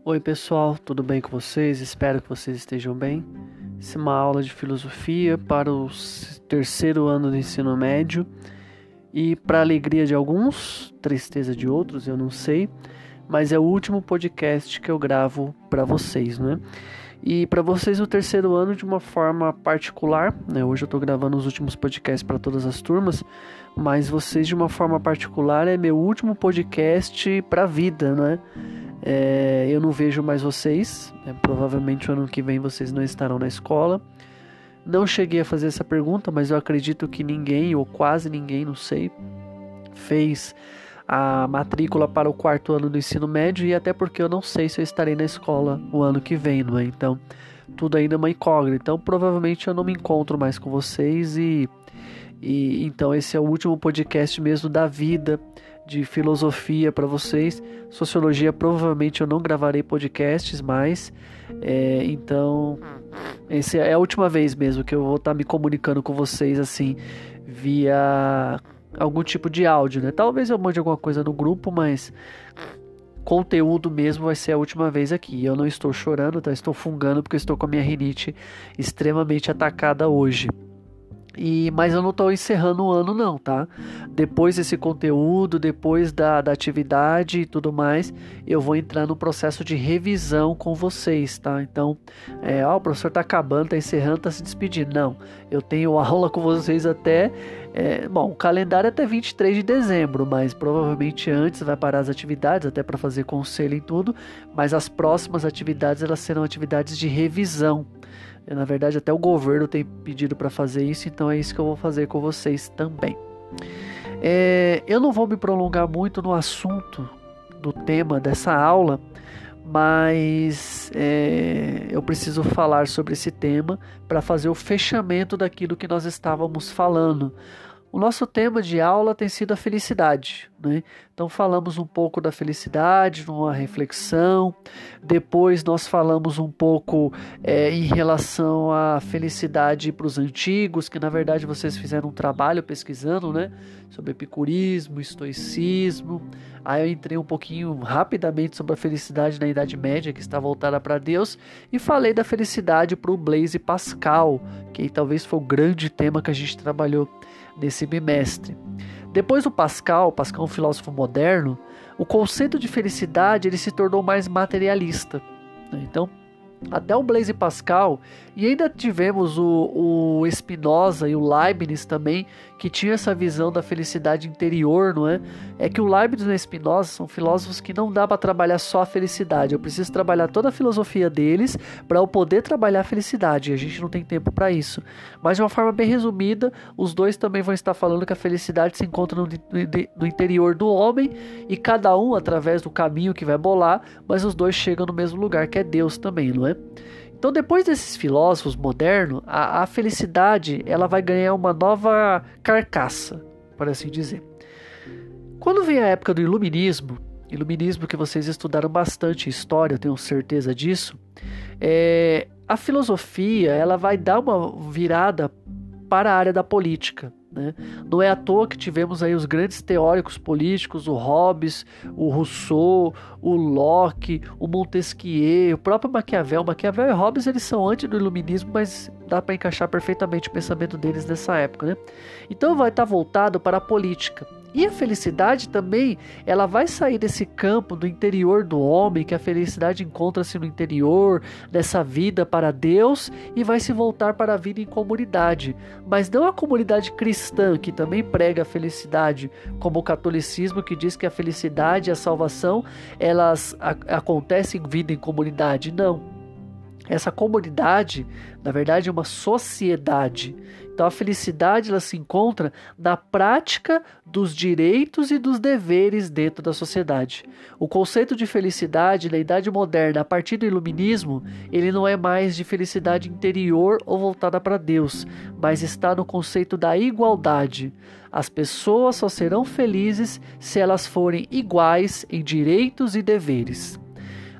Oi pessoal, tudo bem com vocês? Espero que vocês estejam bem. Essa é uma aula de filosofia para o terceiro ano do ensino médio e para alegria de alguns, tristeza de outros, eu não sei, mas é o último podcast que eu gravo para vocês, né? E para vocês o terceiro ano de uma forma particular, né? Hoje eu estou gravando os últimos podcasts para todas as turmas, mas vocês de uma forma particular é meu último podcast para a vida, né? Eu não vejo mais vocês, provavelmente o ano que vem vocês não estarão na escola. Não cheguei a fazer essa pergunta, mas eu acredito que ninguém, ou quase ninguém, não sei, fez a matrícula para o quarto ano do ensino médio, e até porque eu não sei se eu estarei na escola o ano que vem, não é? Então, tudo ainda é uma incógnita. Então, provavelmente eu não me encontro mais com vocês e então esse é o último podcast mesmo da vida, de filosofia para vocês. Sociologia provavelmente eu não gravarei podcasts mais, então essa é a última vez mesmo que eu vou estar me comunicando com vocês assim via algum tipo de áudio, né? Talvez eu mande alguma coisa no grupo, mas conteúdo mesmo vai ser a última vez aqui. Eu não estou chorando, tá? Estou fungando porque eu estou com a minha rinite extremamente atacada hoje. Mas eu não estou encerrando o ano não, tá? Depois desse conteúdo, depois da atividade e tudo mais, eu vou entrar no processo de revisão com vocês, tá? Então, o professor está acabando, está encerrando, está se despedindo. Não, eu tenho aula com vocês até... o calendário é até 23 de dezembro, mas provavelmente antes vai parar as atividades, até para fazer conselho e tudo, mas as próximas atividades, elas serão atividades de revisão. Na verdade, até o governo tem pedido para fazer isso, então é isso que eu vou fazer com vocês também. Eu não vou me prolongar muito no assunto do tema dessa aula, mas eu preciso falar sobre esse tema para fazer o fechamento daquilo que nós estávamos falando. O nosso tema de aula tem sido a felicidade, né? Então falamos um pouco da felicidade, numa reflexão. Depois nós falamos um pouco em relação à felicidade para os antigos, que na verdade vocês fizeram um trabalho pesquisando, né? Sobre epicurismo, estoicismo. Aí eu entrei um pouquinho rapidamente sobre a felicidade na Idade Média, que está voltada para Deus, e falei da felicidade para o Blaise Pascal, que talvez foi o grande tema que a gente trabalhou nesse bimestre. Depois do Pascal é um filósofo moderno, o conceito de felicidade ele se tornou mais materialista, né? Então, até o Blaise Pascal, e ainda tivemos o Spinoza e o Leibniz também, que tinham essa visão da felicidade interior, não é? É que o Leibniz e o Spinoza são filósofos que não dá para trabalhar só a felicidade, eu preciso trabalhar toda a filosofia deles para eu poder trabalhar a felicidade, e a gente não tem tempo para isso. Mas de uma forma bem resumida, os dois também vão estar falando que a felicidade se encontra no interior do homem, e cada um através do caminho que vai bolar, mas os dois chegam no mesmo lugar, que é Deus também, não é? Então, depois desses filósofos modernos, a felicidade ela vai ganhar uma nova carcaça, por assim dizer. Quando vem a época do iluminismo que vocês estudaram bastante história, eu tenho certeza disso, a filosofia ela vai dar uma virada para a área da política, né? Não é à toa que tivemos aí os grandes teóricos políticos, o Hobbes, o Rousseau, o Locke, o Montesquieu, o próprio Maquiavel. Maquiavel e Hobbes eles são antes do iluminismo, mas dá para encaixar perfeitamente o pensamento deles nessa época, né? Então vai estar voltado para a política. E a felicidade também, ela vai sair desse campo do interior do homem, que a felicidade encontra-se no interior, dessa vida para Deus, e vai se voltar para a vida em comunidade. Mas não a comunidade cristã, que também prega a felicidade, como o catolicismo, que diz que a felicidade e a salvação, elas acontecem em vida em comunidade. Não. Essa comunidade, na verdade, é uma sociedade. Então a felicidade ela se encontra na prática dos direitos e dos deveres dentro da sociedade. O conceito de felicidade na Idade Moderna, a partir do Iluminismo, ele não é mais de felicidade interior ou voltada para Deus, mas está no conceito da igualdade. As pessoas só serão felizes se elas forem iguais em direitos e deveres.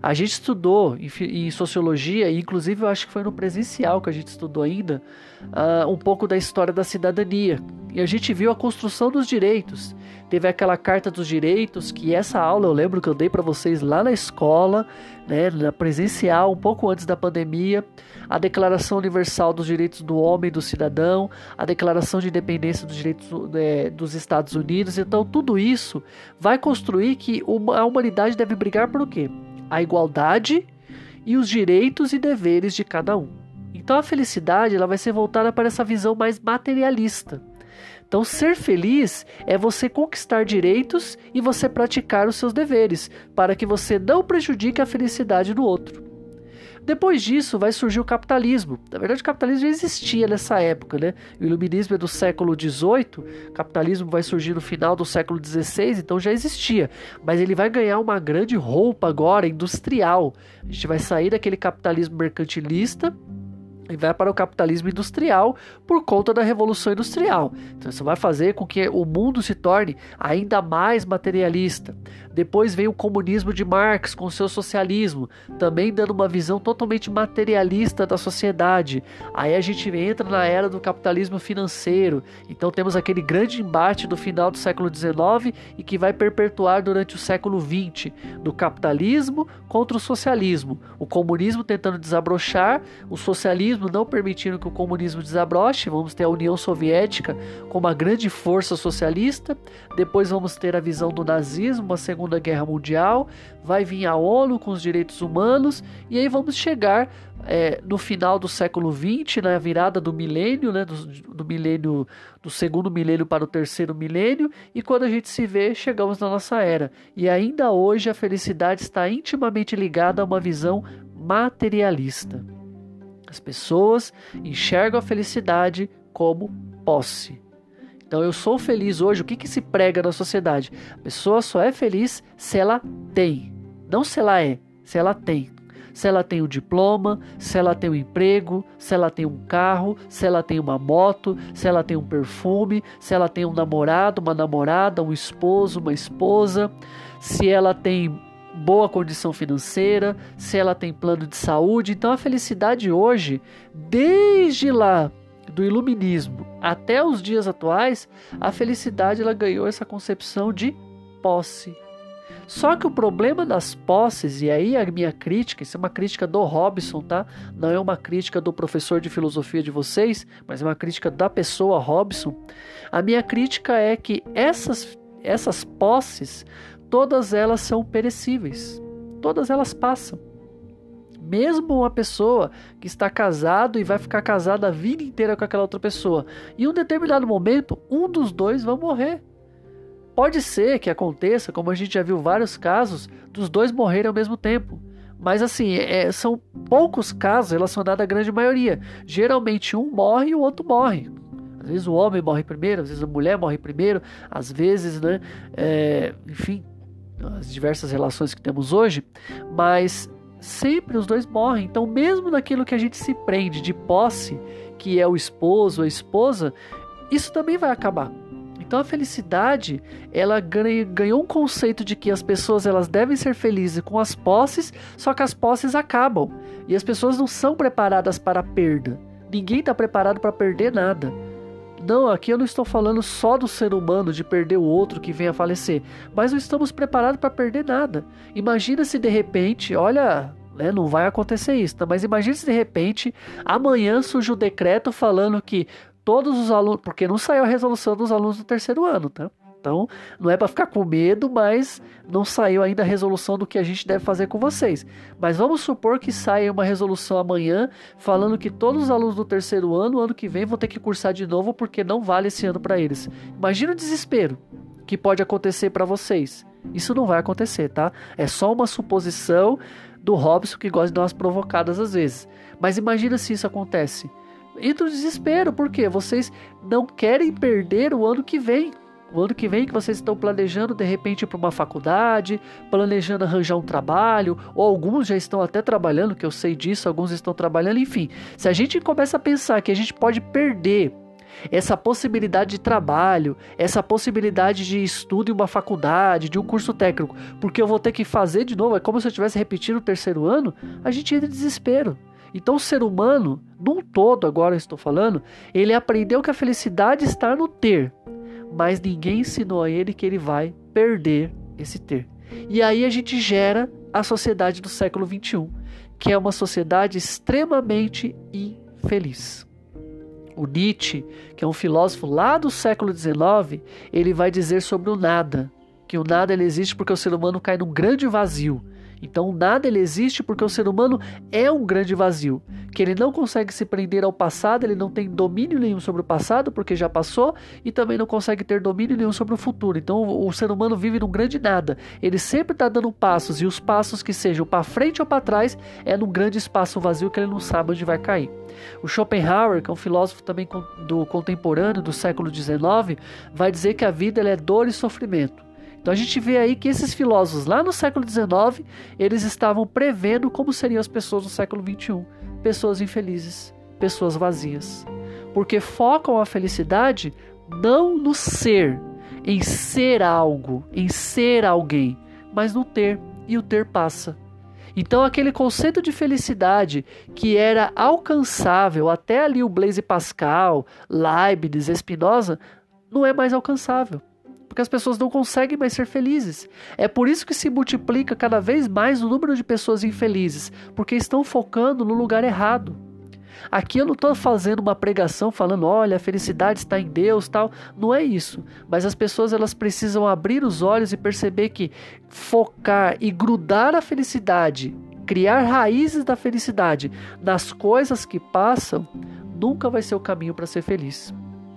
A gente estudou em sociologia, e inclusive eu acho que foi no presencial que a gente estudou ainda, um pouco da história da cidadania. E a gente viu a construção dos direitos. Teve aquela Carta dos Direitos, que essa aula eu lembro que eu dei para vocês lá na escola, né, na presencial, um pouco antes da pandemia. A Declaração Universal dos Direitos do Homem e do Cidadão, a Declaração de Independência dos Direitos dos Estados Unidos. Então tudo isso vai construir que a humanidade deve brigar por o quê? A igualdade e os direitos e deveres de cada um. Então a felicidade ela vai ser voltada para essa visão mais materialista. Então ser feliz é você conquistar direitos e você praticar os seus deveres, para que você não prejudique a felicidade do outro. Depois disso vai surgir o capitalismo. Na verdade o capitalismo já existia nessa época, né? O iluminismo é do século XVIII, o capitalismo vai surgir no final do século XVI, então já existia. Mas ele vai ganhar uma grande roupa agora, industrial. A gente vai sair daquele capitalismo mercantilista e vai para o capitalismo industrial por conta da Revolução Industrial. Então isso vai fazer com que o mundo se torne ainda mais materialista. Depois vem o comunismo de Marx com seu socialismo, também dando uma visão totalmente materialista da sociedade. Aí a gente entra na era do capitalismo financeiro. Então temos aquele grande embate do final do século XIX e que vai perpetuar durante o século XX, do capitalismo contra o socialismo. O comunismo tentando desabrochar, o socialismo não permitindo que o comunismo desabroche. Vamos ter a União Soviética com uma grande força socialista. Depois vamos ter a visão do nazismo, uma Segunda Guerra Mundial. Vai vir a ONU com os direitos humanos. E aí vamos chegar no final do século XX, na virada do milênio, né, do segundo milênio para o terceiro milênio. E quando a gente se vê, chegamos na nossa era. E ainda hoje a felicidade está intimamente ligada a uma visão materialista. As pessoas enxergam a felicidade como posse. Então eu sou feliz hoje. O que se prega na sociedade? A pessoa só é feliz se ela tem. Não se ela é, se ela tem. Se ela tem um diploma, se ela tem um emprego, se ela tem um carro, se ela tem uma moto, se ela tem um perfume, se ela tem um namorado, uma namorada, um esposo, uma esposa, se ela tem boa condição financeira, se ela tem plano de saúde. Então a felicidade hoje, desde lá do iluminismo até os dias atuais, a felicidade ela ganhou essa concepção de posse. Só que o problema das posses, e aí a minha crítica, isso é uma crítica do Robson, tá? Não é uma crítica do professor de filosofia de vocês, mas é uma crítica da pessoa Robson. A minha crítica é que essas posses, todas elas são perecíveis. Todas elas passam. Mesmo uma pessoa que está casado e vai ficar casada a vida inteira com aquela outra pessoa, em um determinado momento, um dos dois vai morrer. Pode ser que aconteça, como a gente já viu vários casos, dos dois morrerem ao mesmo tempo. Mas assim, são poucos casos relacionados à grande maioria. Geralmente um morre e o outro morre. Às vezes o homem morre primeiro, às vezes a mulher morre primeiro, às vezes, né? Enfim, as diversas relações que temos hoje. Mas sempre os dois morrem. Então mesmo naquilo que a gente se prende de posse, que é o esposo, a esposa, isso também vai acabar. Então a felicidade, ela ganhou um conceito de que as pessoas elas devem ser felizes com as posses, só que as posses acabam. E as pessoas não são preparadas para a perda. Ninguém está preparado para perder nada. Não, aqui eu não estou falando só do ser humano, de perder o outro que vem a falecer. Mas não estamos preparados para perder nada. Imagina se de repente, olha, não vai acontecer isso, tá? Mas imagina se de repente, amanhã surge o decreto falando que todos os alunos, porque não saiu a resolução dos alunos do terceiro ano, tá? Então, não é para ficar com medo, mas não saiu ainda a resolução do que a gente deve fazer com vocês. Mas vamos supor que saia uma resolução amanhã falando que todos os alunos do terceiro ano, ano que vem, vão ter que cursar de novo porque não vale esse ano para eles. Imagina o desespero que pode acontecer para vocês. Isso não vai acontecer, tá? É só uma suposição do Robson que gosta de dar umas provocadas às vezes. Mas imagina se isso acontece. Entra o desespero, porque vocês não querem perder o ano que vem. O ano que vem que vocês estão planejando de repente ir para uma faculdade, planejando arranjar um trabalho, ou alguns já estão até trabalhando, que eu sei disso, alguns estão trabalhando, enfim. Se a gente começa a pensar que a gente pode perder essa possibilidade de trabalho, essa possibilidade de estudo em uma faculdade, de um curso técnico, porque eu vou ter que fazer de novo, é como se eu estivesse repetindo o terceiro ano, a gente entra em desespero. Então o ser humano, num todo agora eu estou falando, ele aprendeu que a felicidade está no ter, mas ninguém ensinou a ele que ele vai perder esse ter. E aí a gente gera a sociedade do século XXI, que é uma sociedade extremamente infeliz. O Nietzsche, que é um filósofo lá do século XIX, ele vai dizer sobre o nada, que o nada ele existe porque o ser humano cai num grande vazio. Então o nada ele existe porque o ser humano é um grande vazio, que ele não consegue se prender ao passado, ele não tem domínio nenhum sobre o passado porque já passou e também não consegue ter domínio nenhum sobre o futuro. Então o ser humano vive num grande nada, ele sempre está dando passos e os passos que sejam para frente ou para trás é num grande espaço vazio que ele não sabe onde vai cair. O Schopenhauer, que é um filósofo também do contemporâneo do século XIX, vai dizer que a vida ela é dor e sofrimento. Então a gente vê aí que esses filósofos lá no século XIX, eles estavam prevendo como seriam as pessoas no século XXI. Pessoas infelizes, pessoas vazias. Porque focam a felicidade não no ser, em ser algo, em ser alguém, mas no ter, e o ter passa. Então aquele conceito de felicidade que era alcançável até ali o Blaise Pascal, Leibniz, Spinoza, não é mais alcançável. Porque as pessoas não conseguem mais ser felizes. É por isso que se multiplica cada vez mais o número de pessoas infelizes, porque estão focando no lugar errado. Aqui eu não estou fazendo uma pregação falando, olha, a felicidade está em Deus, tal. Não é isso. Mas as pessoas elas precisam abrir os olhos e perceber que focar e grudar a felicidade, criar raízes da felicidade nas coisas que passam, nunca vai ser o caminho para ser feliz.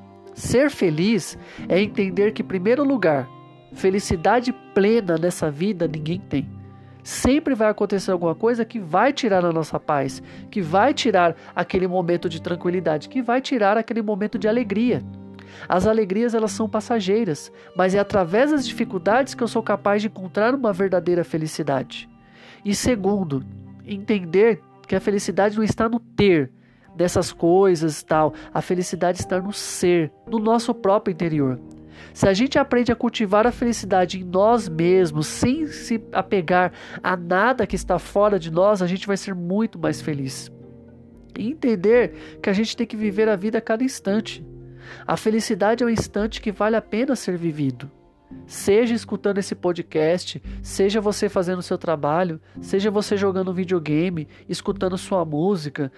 Ser feliz é entender que, em primeiro lugar, felicidade plena nessa vida ninguém tem. Sempre vai acontecer alguma coisa que vai tirar a nossa paz, que vai tirar aquele momento de tranquilidade, que vai tirar aquele momento de alegria. As alegrias elas são passageiras, mas é através das dificuldades que eu sou capaz de encontrar uma verdadeira felicidade. E segundo, entender que a felicidade não está no ter, dessas coisas e tal, a felicidade está no ser, no nosso próprio interior. Se a gente aprende a cultivar a felicidade em nós mesmos, sem se apegar a nada que está fora de nós, a gente vai ser muito mais feliz. E entender que a gente tem que viver a vida a cada instante. A felicidade é um instante que vale a pena ser vivido. Seja escutando esse podcast, seja você fazendo o seu trabalho, seja você jogando videogame, escutando sua música,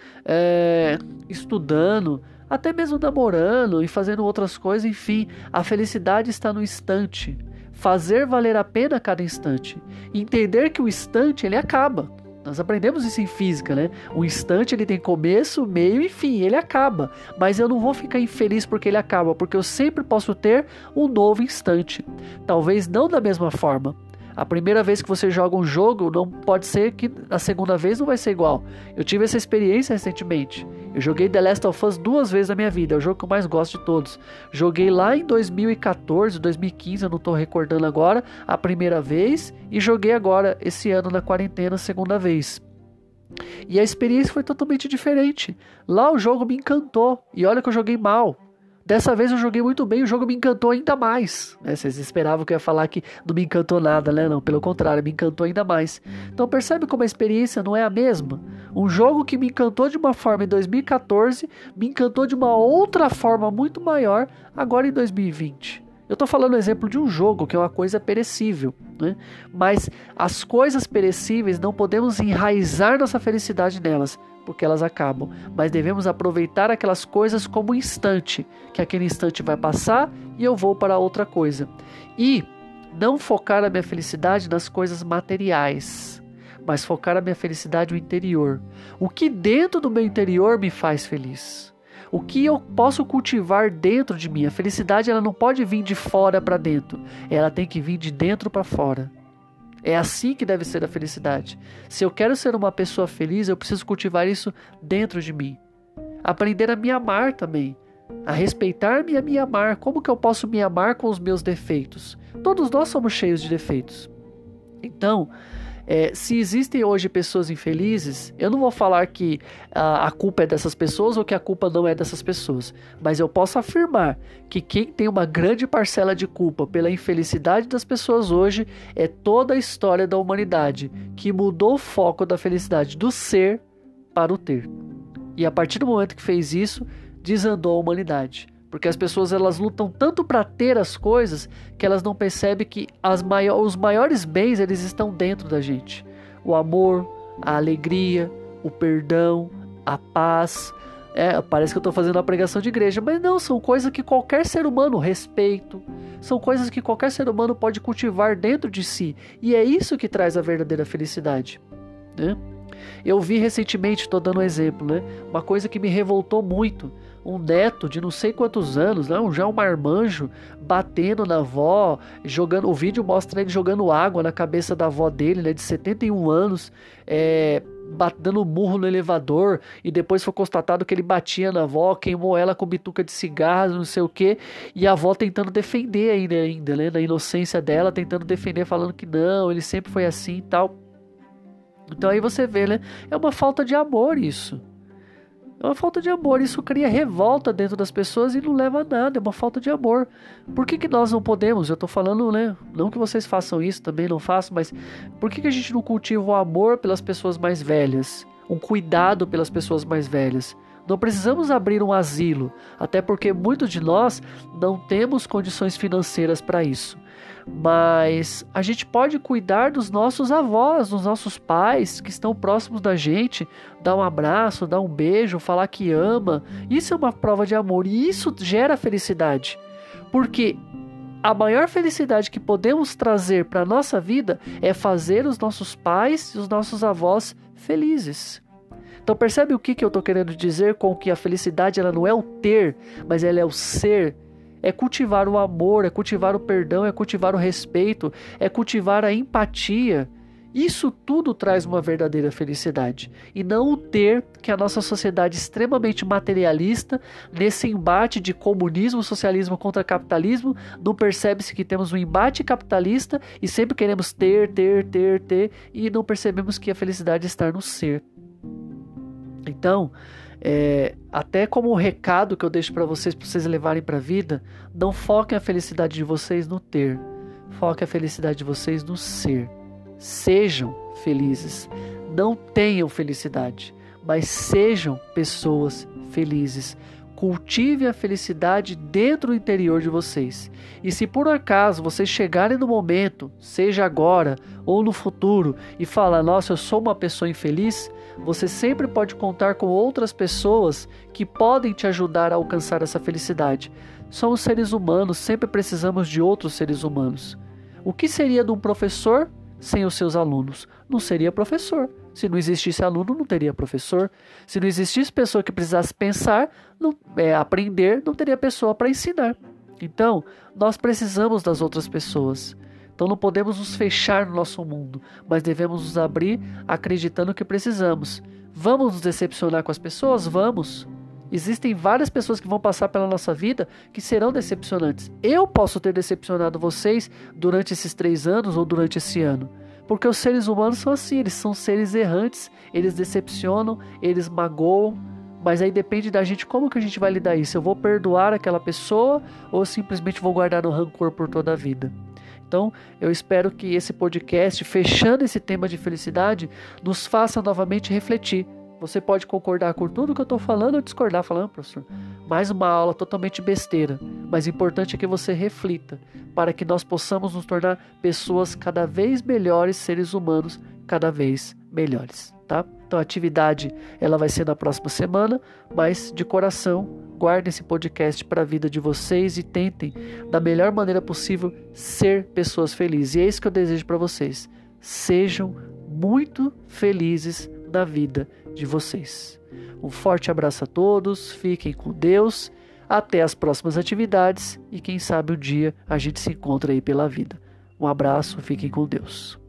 estudando, até mesmo namorando e fazendo outras coisas, enfim, a felicidade está no instante. Fazer valer a pena cada instante. Entender que o instante ele acaba. Nós aprendemos isso em física, né? O instante ele tem começo, meio e fim, ele acaba. Mas eu não vou ficar infeliz porque ele acaba, porque eu sempre posso ter um novo instante. Talvez não da mesma forma. A primeira vez que você joga um jogo, não pode ser que a segunda vez não vai ser igual. Eu tive essa experiência recentemente. Eu joguei The Last of Us 2 vezes na minha vida, é o jogo que eu mais gosto de todos. Joguei lá em 2014, 2015, eu não estou recordando agora, a primeira vez, e joguei agora, esse ano na quarentena, a segunda vez. E a experiência foi totalmente diferente. Lá o jogo me encantou, e olha que eu joguei mal. Dessa vez eu joguei muito bem, o jogo me encantou ainda mais. Vocês esperavam que eu ia falar que não me encantou nada, né? Não, pelo contrário, me encantou ainda mais. Então percebe como a experiência não é a mesma? Um jogo que me encantou de uma forma em 2014, me encantou de uma outra forma muito maior agora em 2020. Eu estou falando o exemplo de um jogo, que é uma coisa perecível, né? Mas as coisas perecíveis não podemos enraizar nossa felicidade nelas, porque elas acabam, mas devemos aproveitar aquelas coisas como um instante, que aquele instante vai passar e eu vou para outra coisa. E não focar a minha felicidade nas coisas materiais, mas focar a minha felicidade no interior. O que dentro do meu interior me faz feliz? O que eu posso cultivar dentro de mim? A felicidade ela não pode vir de fora para dentro, ela tem que vir de dentro para fora. É assim que deve ser a felicidade. Se eu quero ser uma pessoa feliz, eu preciso cultivar isso dentro de mim. Aprender a me amar também. A respeitar-me e a me amar. Como que eu posso me amar com os meus defeitos? Todos nós somos cheios de defeitos. Então, Se existem hoje pessoas infelizes, eu não vou falar que a culpa é dessas pessoas ou que a culpa não é dessas pessoas, mas eu posso afirmar que quem tem uma grande parcela de culpa pela infelicidade das pessoas hoje é toda a história da humanidade, que mudou o foco da felicidade do ser para o ter. E a partir do momento que fez isso, desandou a humanidade. Porque as pessoas elas lutam tanto para ter as coisas que elas não percebem que os maiores bens eles estão dentro da gente. O amor, a alegria, o perdão, a paz. Parece que eu estou fazendo uma pregação de igreja, mas não, são coisas que qualquer ser humano, respeito, são coisas que qualquer ser humano pode cultivar dentro de si. E é isso que traz a verdadeira felicidade, né? Eu vi recentemente, estou dando um exemplo, né? Uma coisa que me revoltou muito. Um neto de não sei quantos anos, já um marmanjo, batendo na avó, jogando. O vídeo mostra ele jogando água na cabeça da avó dele, né, de 71 anos, dando murro no elevador, e depois foi constatado que ele batia na avó, queimou ela com bituca de cigarro, não sei o que, e a avó tentando defender ainda, né, na inocência dela, tentando defender, falando que não, ele sempre foi assim e tal. Então aí você vê, né, é uma falta de amor isso. É uma falta de amor, isso cria revolta dentro das pessoas e não leva a nada, é uma falta de amor. Por que nós não podemos? Eu tô falando, né? Não que vocês façam isso, também não faço, mas por que a gente não cultiva o amor pelas pessoas mais velhas? Um cuidado pelas pessoas mais velhas? Não precisamos abrir um asilo, até porque muitos de nós não temos condições financeiras para isso. Mas a gente pode cuidar dos nossos avós, dos nossos pais que estão próximos da gente, dar um abraço, dar um beijo, falar que ama. Isso é uma prova de amor e isso gera felicidade. Porque a maior felicidade que podemos trazer para a nossa vida é fazer os nossos pais e os nossos avós felizes. Então percebe o que eu estou querendo dizer com que a felicidade ela não é o ter, mas ela é o ser. É cultivar o amor, é cultivar o perdão, é cultivar o respeito, é cultivar a empatia. Isso tudo traz uma verdadeira felicidade. E não o ter que a nossa sociedade extremamente materialista, nesse embate de comunismo, socialismo contra capitalismo, não percebe-se que temos um embate capitalista e sempre queremos ter, e não percebemos que a felicidade está no ser. Então, até como um recado que eu deixo para vocês levarem para a vida, não foquem a felicidade de vocês no ter, foquem a felicidade de vocês no ser. Sejam felizes, não tenham felicidade, mas sejam pessoas felizes. Cultive a felicidade dentro do interior de vocês. E se por acaso vocês chegarem no momento, seja agora ou no futuro, e falar, nossa, eu sou uma pessoa infeliz, você sempre pode contar com outras pessoas que podem te ajudar a alcançar essa felicidade. Somos seres humanos, sempre precisamos de outros seres humanos. O que seria de um professor sem os seus alunos? Não seria professor. Se não existisse aluno, não teria professor. Se não existisse pessoa que precisasse pensar, aprender, não teria pessoa para ensinar. Então, nós precisamos das outras pessoas. Então não podemos nos fechar no nosso mundo, mas devemos nos abrir acreditando que precisamos. Vamos nos decepcionar com as pessoas? Vamos. Existem várias pessoas que vão passar pela nossa vida que serão decepcionantes. Eu posso ter decepcionado vocês durante esses 3 anos ou durante esse ano. Porque os seres humanos são assim, eles são seres errantes, eles decepcionam, eles magoam, mas aí depende da gente como que a gente vai lidar isso. Eu vou perdoar aquela pessoa ou simplesmente vou guardar no rancor por toda a vida? Então, eu espero que esse podcast, fechando esse tema de felicidade, nos faça novamente refletir. Você pode concordar com tudo que eu estou falando ou discordar, falando, professor, mais uma aula totalmente besteira. Mas o importante é que você reflita, para que nós possamos nos tornar pessoas cada vez melhores, seres humanos cada vez melhores, tá? Então a atividade ela vai ser na próxima semana, mas de coração, guardem esse podcast para a vida de vocês e tentem, da melhor maneira possível, ser pessoas felizes. E é isso que eu desejo para vocês. Sejam muito felizes na vida de vocês. Um forte abraço a todos, fiquem com Deus, até as próximas atividades e quem sabe um dia a gente se encontra aí pela vida. Um abraço, fiquem com Deus.